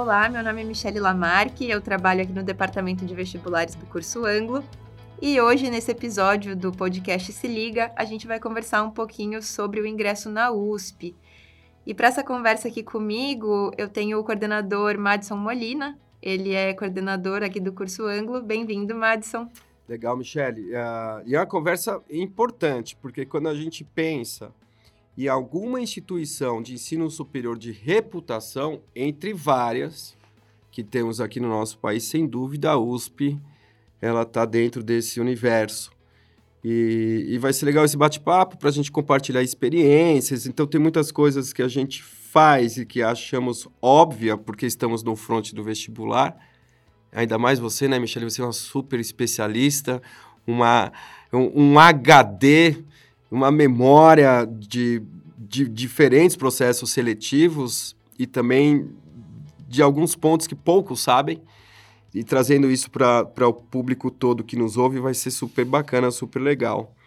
Olá, meu nome é Michele Lamarque, eu trabalho aqui no Departamento de Vestibulares do curso Anglo e hoje, nesse episódio do podcast Se Liga, a gente vai conversar um pouquinho sobre o ingresso na USP. E para essa conversa aqui comigo, eu tenho o coordenador Madison Molina, ele é coordenador aqui do curso Anglo. Bem-vindo, Madison. Legal, Michele. E é uma conversa importante, porque quando a gente pensa em alguma instituição de ensino superior de reputação, entre várias que temos aqui no nosso país, sem dúvida a USP, ela está dentro desse universo. E vai ser legal esse bate-papo para a gente compartilhar experiências. Então, tem muitas coisas que a gente faz e que achamos óbvia, porque estamos no front do vestibular. Ainda mais você, né, Michele? Você é uma super especialista, um HD, uma memória de diferentes processos seletivos e também de alguns pontos que poucos sabem. E trazendo isso para o público todo que nos ouve vai ser super bacana, super legal.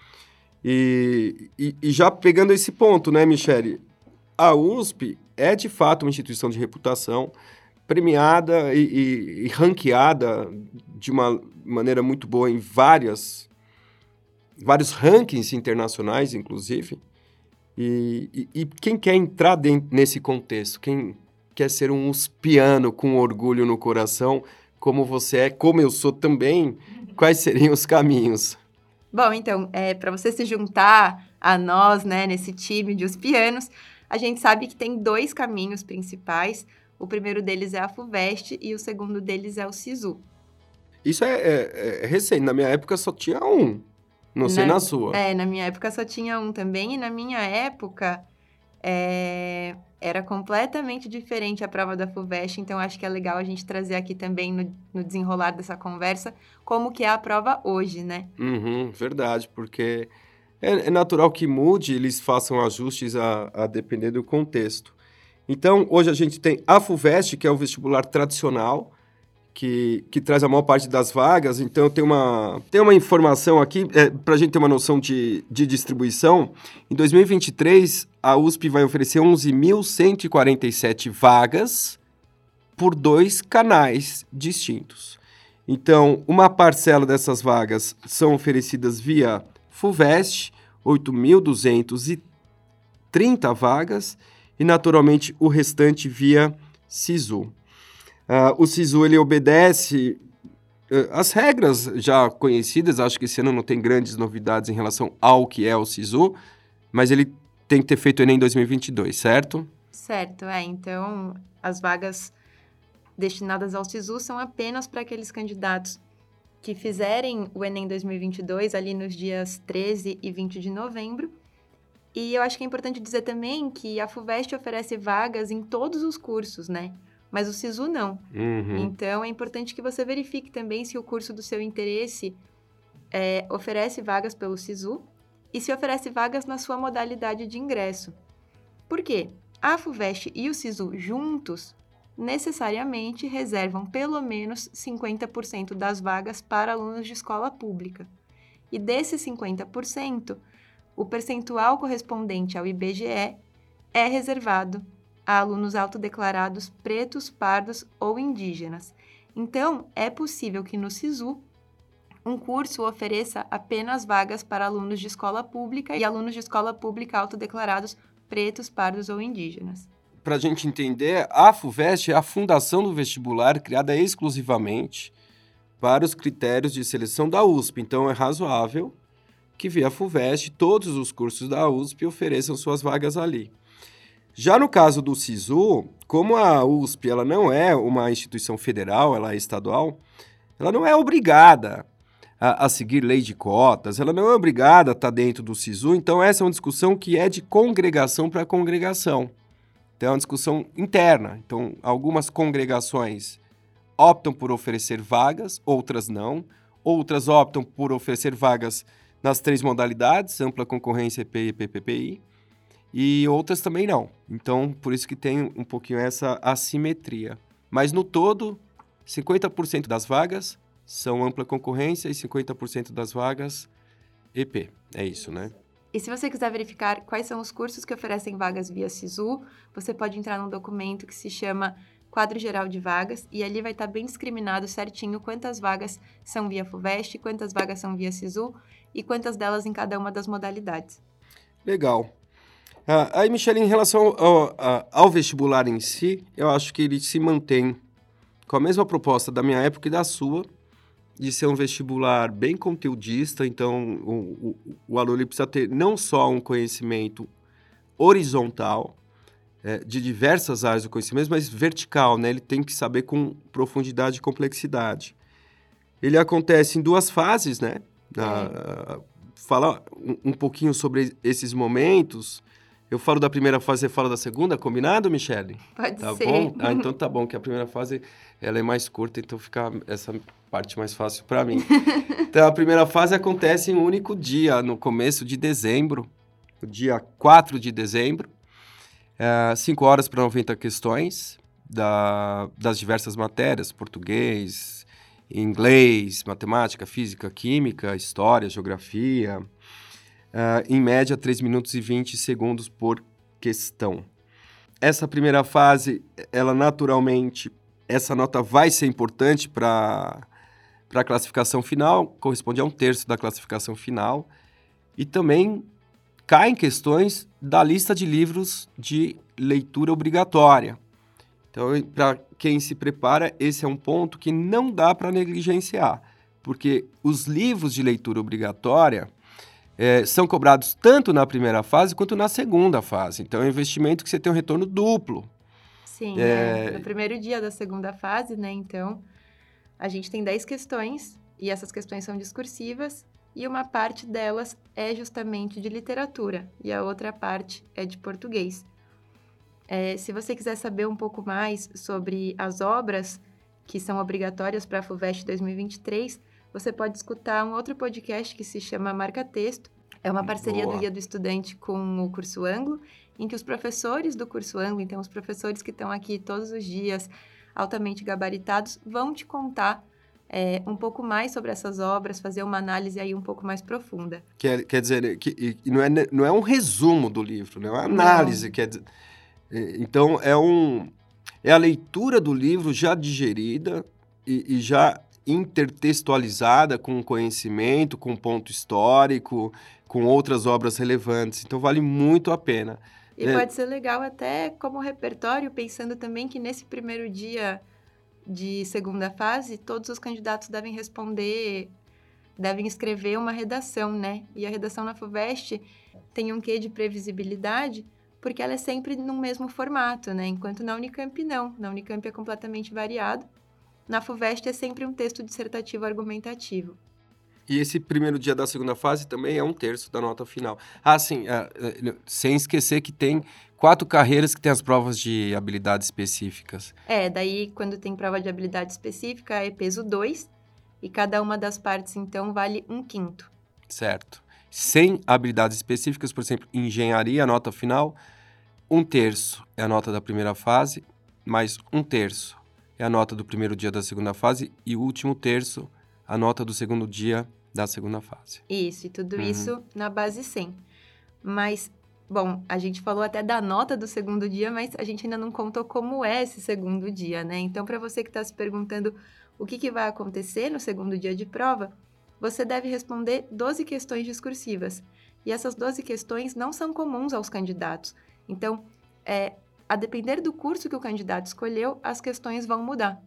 E já pegando esse ponto, né, Michele? A USP é, de fato, uma instituição de reputação premiada e ranqueada de uma maneira muito boa em vários rankings internacionais, inclusive. E quem quer entrar nesse contexto, quem quer ser um uspiano com orgulho no coração, como você é, como eu sou também, quais seriam os caminhos? Bom, então, para você se juntar a nós, né, nesse time de uspianos, a gente sabe que tem dois caminhos principais. O primeiro deles é a FUVEST e o segundo deles é o SISU. Isso é recente. Na minha época só tinha um. Não sei na sua. Na minha época só tinha um também. E na minha época era completamente diferente a prova da FUVEST. Então, acho que é legal a gente trazer aqui também no desenrolar dessa conversa como que é a prova hoje, né? Verdade, porque é natural que mude, eles façam ajustes a depender do contexto. Então, hoje a gente tem a FUVEST, que é o vestibular tradicional, que traz a maior parte das vagas. Então, tem uma informação aqui, para a gente ter uma noção de distribuição. Em 2023, a USP vai oferecer 11.147 vagas por 2 canais distintos. Então, uma parcela dessas vagas são oferecidas via FUVEST, 8.230 vagas, e, naturalmente, o restante via SISU. O SISU, ele obedece as regras já conhecidas. Acho que esse ano não tem grandes novidades em relação ao que é o SISU, mas ele tem que ter feito o Enem em 2022, certo? Certo, então as vagas destinadas ao SISU são apenas para aqueles candidatos que fizerem o Enem 2022 ali nos dias 13 e 20 de novembro. E eu acho que é importante dizer também que a FUVEST oferece vagas em todos os cursos, né? Mas o SISU não. Então, é importante que você verifique também se o curso do seu interesse oferece vagas pelo SISU e se oferece vagas na sua modalidade de ingresso. Por quê? A FUVEST e o SISU juntos necessariamente reservam pelo menos 50% das vagas para alunos de escola pública. E desses 50%, o percentual correspondente ao IBGE é reservado a alunos autodeclarados pretos, pardos ou indígenas. Então, é possível que no SISU um curso ofereça apenas vagas para alunos de escola pública e alunos de escola pública autodeclarados pretos, pardos ou indígenas. Para a gente entender, a FUVEST é a fundação do vestibular criada exclusivamente para os critérios de seleção da USP. Então, é razoável que via FUVEST todos os cursos da USP ofereçam suas vagas ali. Já no caso do SISU, como a USP ela não é uma instituição federal, ela é estadual, ela não é obrigada a seguir lei de cotas, ela não é obrigada a estar dentro do SISU. Então, essa é uma discussão que é de congregação para congregação. Então, é uma discussão interna. Então, algumas congregações optam por oferecer vagas, outras não. Outras optam por oferecer vagas nas 3 modalidades, ampla concorrência, EPI e PPPI, e outras também não. Então, por isso que tem um pouquinho essa assimetria. Mas, no todo, 50% das vagas são ampla concorrência e 50% das vagas EP. É isso, né? E se você quiser verificar quais são os cursos que oferecem vagas via SISU, você pode entrar num documento que se chama quadro geral de vagas, e ali vai estar bem discriminado certinho quantas vagas são via FUVEST, quantas vagas são via SISU e quantas delas em cada uma das modalidades. Legal. Aí, Michele, em relação ao vestibular em si, eu acho que ele se mantém com a mesma proposta da minha época e da sua, de ser um vestibular bem conteudista. Então, o aluno ele precisa ter não só um conhecimento horizontal, de diversas áreas do conhecimento, mas vertical, né? Ele tem que saber com profundidade e complexidade. Ele acontece em 2 fases, né? Fala um pouquinho sobre esses momentos. Eu falo da primeira fase, você fala da segunda, combinado, Michele? Pode tá ser. Bom? Então tá bom, que a primeira fase ela é mais curta, então fica essa parte mais fácil para mim. Então a primeira fase acontece em um único dia, no começo de dezembro, no dia 4 de dezembro, 5 horas para 90 questões das diversas matérias, português, inglês, matemática, física, química, história, geografia. Em média, 3 minutos e 20 segundos por questão. Essa primeira fase, ela naturalmente, essa nota vai ser importante para a classificação final, corresponde a 1/3 da classificação final, e também caem questões da lista de livros de leitura obrigatória. Então, para quem se prepara, esse é um ponto que não dá para negligenciar, porque os livros de leitura obrigatória são cobrados tanto na primeira fase quanto na segunda fase. Então, é um investimento que você tem um retorno duplo. Sim, no primeiro dia da segunda fase, né? Então, a gente tem 10 questões, e essas questões são discursivas, e uma parte delas é justamente de literatura, e a outra parte é de português. Se você quiser saber um pouco mais sobre as obras que são obrigatórias para a FUVEST 2023, você pode escutar um outro podcast que se chama Marca Texto. É uma parceria do Guia do Estudante com o Curso Anglo, em que os professores do Curso Anglo, então os professores que estão aqui todos os dias, altamente gabaritados, vão te contar um pouco mais sobre essas obras, fazer uma análise aí um pouco mais profunda. Quer dizer, que não é um resumo do livro, não é uma análise. Quer dizer, então, é a leitura do livro já digerida e já intertextualizada com conhecimento, com ponto histórico, com outras obras relevantes. Então, vale muito a pena. E pode ser legal até como repertório, pensando também que nesse primeiro dia de segunda fase, todos os candidatos devem escrever uma redação, né? E a redação na FUVEST tem um quê de previsibilidade, porque ela é sempre no mesmo formato, né? Enquanto na Unicamp não. Na Unicamp é completamente variado. Na FUVEST é sempre um texto dissertativo argumentativo. E esse primeiro dia da segunda fase também é 1/3 da nota final. Sim, sem esquecer que tem 4 carreiras que tem as provas de habilidades específicas. Daí quando tem prova de habilidade específica é peso 2, e cada uma das partes, então, vale 1/5. Certo. Sem habilidades específicas, por exemplo, engenharia, a nota final, 1/3 é a nota da primeira fase, mais 1/3 é a nota do primeiro dia da segunda fase, e o último terço, a nota do segundo dia da segunda fase. Isso, e tudo isso na base 100. Mas, bom, a gente falou até da nota do segundo dia, mas a gente ainda não contou como é esse segundo dia, né? Então, para você que está se perguntando o que vai acontecer no segundo dia de prova, você deve responder 12 questões discursivas. E essas 12 questões não são comuns aos candidatos. Então, a depender do curso que o candidato escolheu, as questões vão mudar.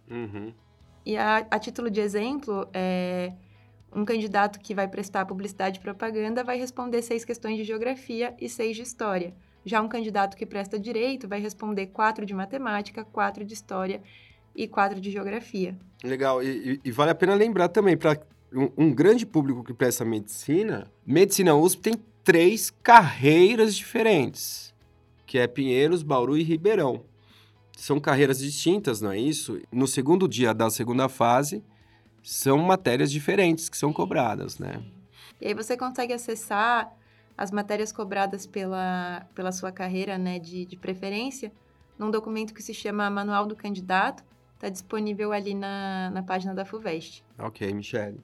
E a título de exemplo, um candidato que vai prestar publicidade e propaganda vai responder 6 questões de geografia e 6 de história. Já um candidato que presta direito vai responder 4 de matemática, 4 de história e 4 de geografia. Legal. E vale a pena lembrar também, para um grande público que presta medicina USP tem 3 carreiras diferentes, que é Pinheiros, Bauru e Ribeirão. São carreiras distintas, não é isso? No segundo dia da segunda fase, são matérias diferentes que são cobradas, né? E aí você consegue acessar as matérias cobradas pela sua carreira, né, de preferência, num documento que se chama Manual do Candidato. Está disponível ali na página da FUVEST. Ok, Michele.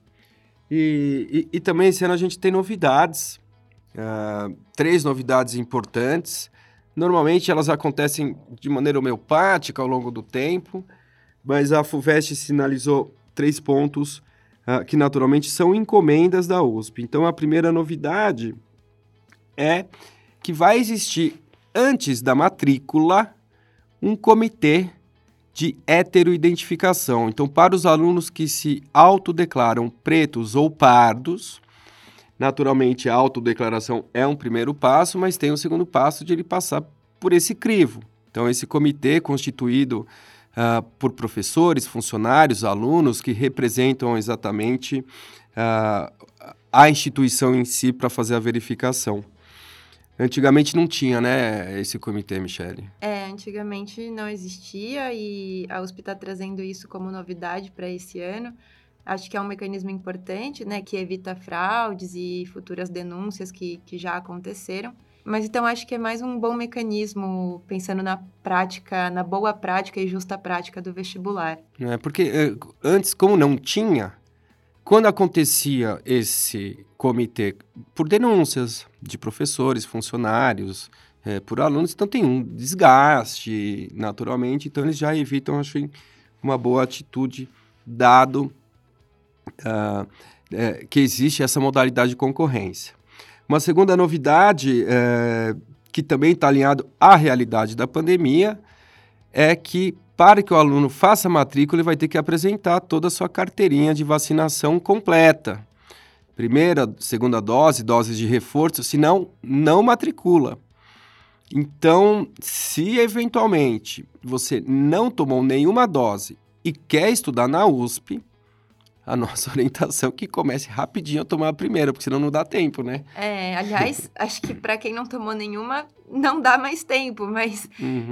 E também esse ano a gente tem novidades, 3 novidades importantes. Normalmente elas acontecem de maneira homeopática ao longo do tempo, mas a FUVEST sinalizou 3 pontos que naturalmente são encomendas da USP. Então a primeira novidade é que vai existir, antes da matrícula, um comitê de heteroidentificação. Então, para os alunos que se autodeclaram pretos ou pardos, naturalmente a autodeclaração é um primeiro passo, mas tem um segundo passo de ele passar por esse crivo. Então, esse comitê constituído por professores, funcionários, alunos que representam exatamente a instituição em si para fazer a verificação. Antigamente não tinha, né, esse comitê, Michele? Antigamente não existia e a USP está trazendo isso como novidade para esse ano. Acho que é um mecanismo importante, né, que evita fraudes e futuras denúncias que já aconteceram. Mas então acho que é mais um bom mecanismo pensando na prática, na boa prática e justa prática do vestibular. Porque antes, como não tinha, quando acontecia esse comitê por denúncias de professores, funcionários, por alunos, então tem um desgaste, naturalmente, então eles já evitam, acho, uma boa atitude, dado que existe essa modalidade de concorrência. Uma segunda novidade, que também está alinhado à realidade da pandemia, é que para que o aluno faça a matrícula, ele vai ter que apresentar toda a sua carteirinha de vacinação completa. Primeira, segunda dose, doses de reforço, senão não matricula. Então, se eventualmente você não tomou nenhuma dose e quer estudar na USP, a nossa orientação é que comece rapidinho a tomar a primeira, porque senão não dá tempo, né? Aliás, acho que para quem não tomou nenhuma, não dá mais tempo, mas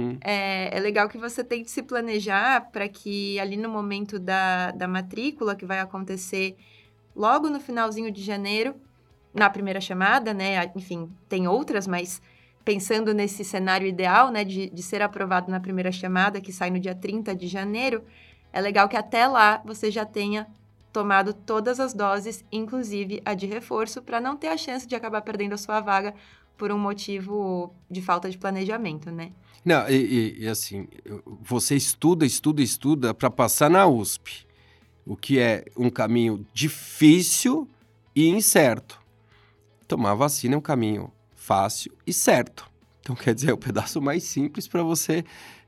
é legal que você tente se planejar para que ali no momento da matrícula, que vai acontecer logo no finalzinho de janeiro, na primeira chamada, né? Enfim, tem outras, mas pensando nesse cenário ideal, né, de ser aprovado na primeira chamada, que sai no dia 30 de janeiro, é legal que até lá você já tenha tomado todas as doses, inclusive a de reforço, para não ter a chance de acabar perdendo a sua vaga por um motivo de falta de planejamento, né? Não, e assim, você estuda para passar na USP, o que é um caminho difícil e incerto. Tomar vacina é um caminho fácil e certo. Então, quer dizer, é o pedaço mais simples para você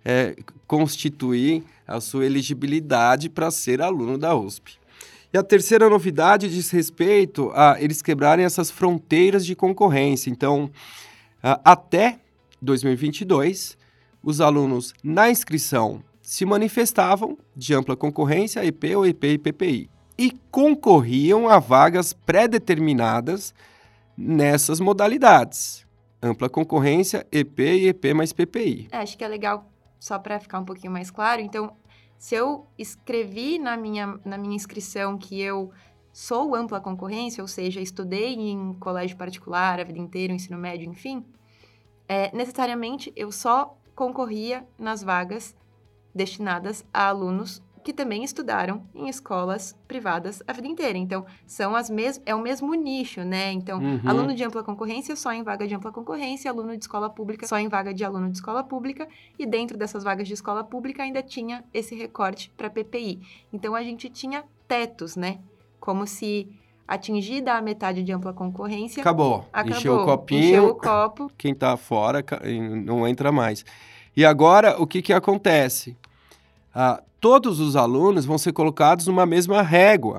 constituir a sua elegibilidade para ser aluno da USP. E a terceira novidade diz respeito a eles quebrarem essas fronteiras de concorrência. Então, até 2022, os alunos na inscrição se manifestavam de ampla concorrência, EP ou EP e PPI, e concorriam a vagas pré-determinadas nessas modalidades. Ampla concorrência, EP e EP mais PPI. Acho que é legal, só para ficar um pouquinho mais claro, então, se eu escrevi na minha inscrição que eu sou ampla concorrência, ou seja, estudei em colégio particular a vida inteira, ensino médio, enfim, necessariamente eu só concorria nas vagas destinadas a alunos que também estudaram em escolas privadas a vida inteira. Então, é o mesmo nicho, né? Então, aluno de ampla concorrência só em vaga de ampla concorrência, aluno de escola pública só em vaga de aluno de escola pública, e dentro dessas vagas de escola pública ainda tinha esse recorte para PPI. Então, a gente tinha tetos, né? Como se atingida a metade de ampla concorrência... Acabou. Encheu o copinho. Encheu o copo. Quem está fora não entra mais. E agora, o que acontece? Todos os alunos vão ser colocados numa mesma régua,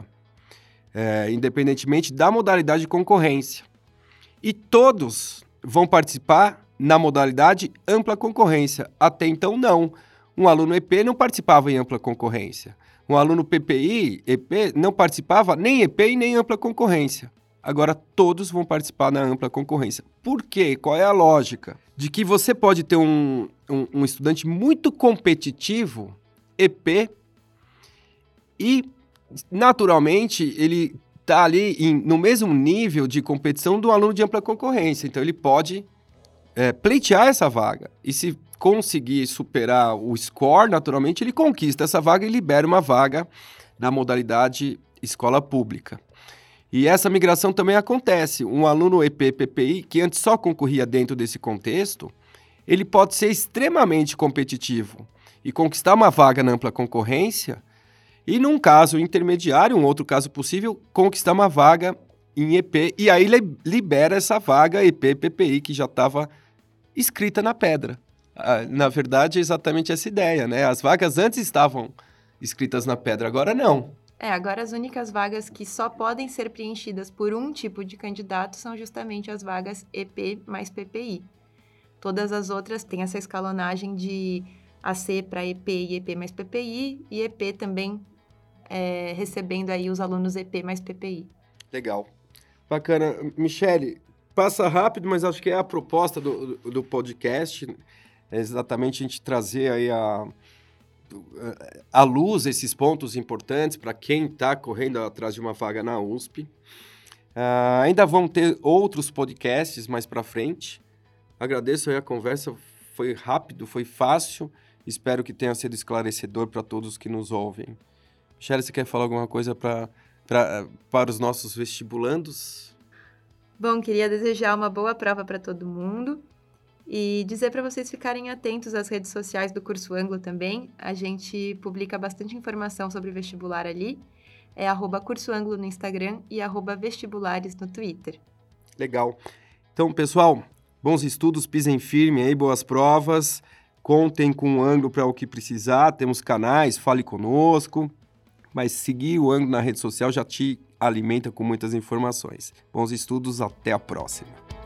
independentemente da modalidade de concorrência. E todos vão participar na modalidade ampla concorrência. Até então, não. Um aluno EP não participava em ampla concorrência. Um aluno PPI, EP, não participava nem EP e nem ampla concorrência. Agora, todos vão participar na ampla concorrência. Por quê? Qual é a lógica? De que você pode ter um estudante muito competitivo, EP, e, naturalmente, ele está ali no mesmo nível de competição do aluno de ampla concorrência. Então, ele pode pleitear essa vaga. E se conseguir superar o score, naturalmente, ele conquista essa vaga e libera uma vaga na modalidade escola pública. E essa migração também acontece. Um aluno EP-PPI, que antes só concorria dentro desse contexto, ele pode ser extremamente competitivo e conquistar uma vaga na ampla concorrência, e num caso intermediário, um outro caso possível, conquistar uma vaga em EP, e aí libera essa vaga EP-PPI que já estava escrita na pedra. Na verdade, é exatamente essa ideia, né? As vagas antes estavam escritas na pedra, agora não. Agora as únicas vagas que só podem ser preenchidas por um tipo de candidato são justamente as vagas EP mais PPI. Todas as outras têm essa escalonagem de AC para EP e EP mais PPI, e EP também recebendo aí os alunos EP mais PPI. Legal. Bacana. Michele, passa rápido, mas acho que é a proposta do podcast, é exatamente a gente trazer aí à luz esses pontos importantes para quem está correndo atrás de uma vaga na USP. Ainda vão ter outros podcasts mais para frente. Agradeço aí a conversa, foi rápido, foi fácil. Espero que tenha sido esclarecedor para todos que nos ouvem. Michele, você quer falar alguma coisa para os nossos vestibulandos? Bom, queria desejar uma boa prova para todo mundo e dizer para vocês ficarem atentos às redes sociais do Curso Anglo também. A gente publica bastante informação sobre /vestibular ali. É @Curso Anglo no Instagram e @vestibulares no Twitter. Legal. Então, pessoal, bons estudos, pisem firme aí, boas provas. Contem com o Anglo para o que precisar. Temos canais, fale conosco. Mas seguir o Anglo na rede social já te alimenta com muitas informações. Bons estudos, até a próxima.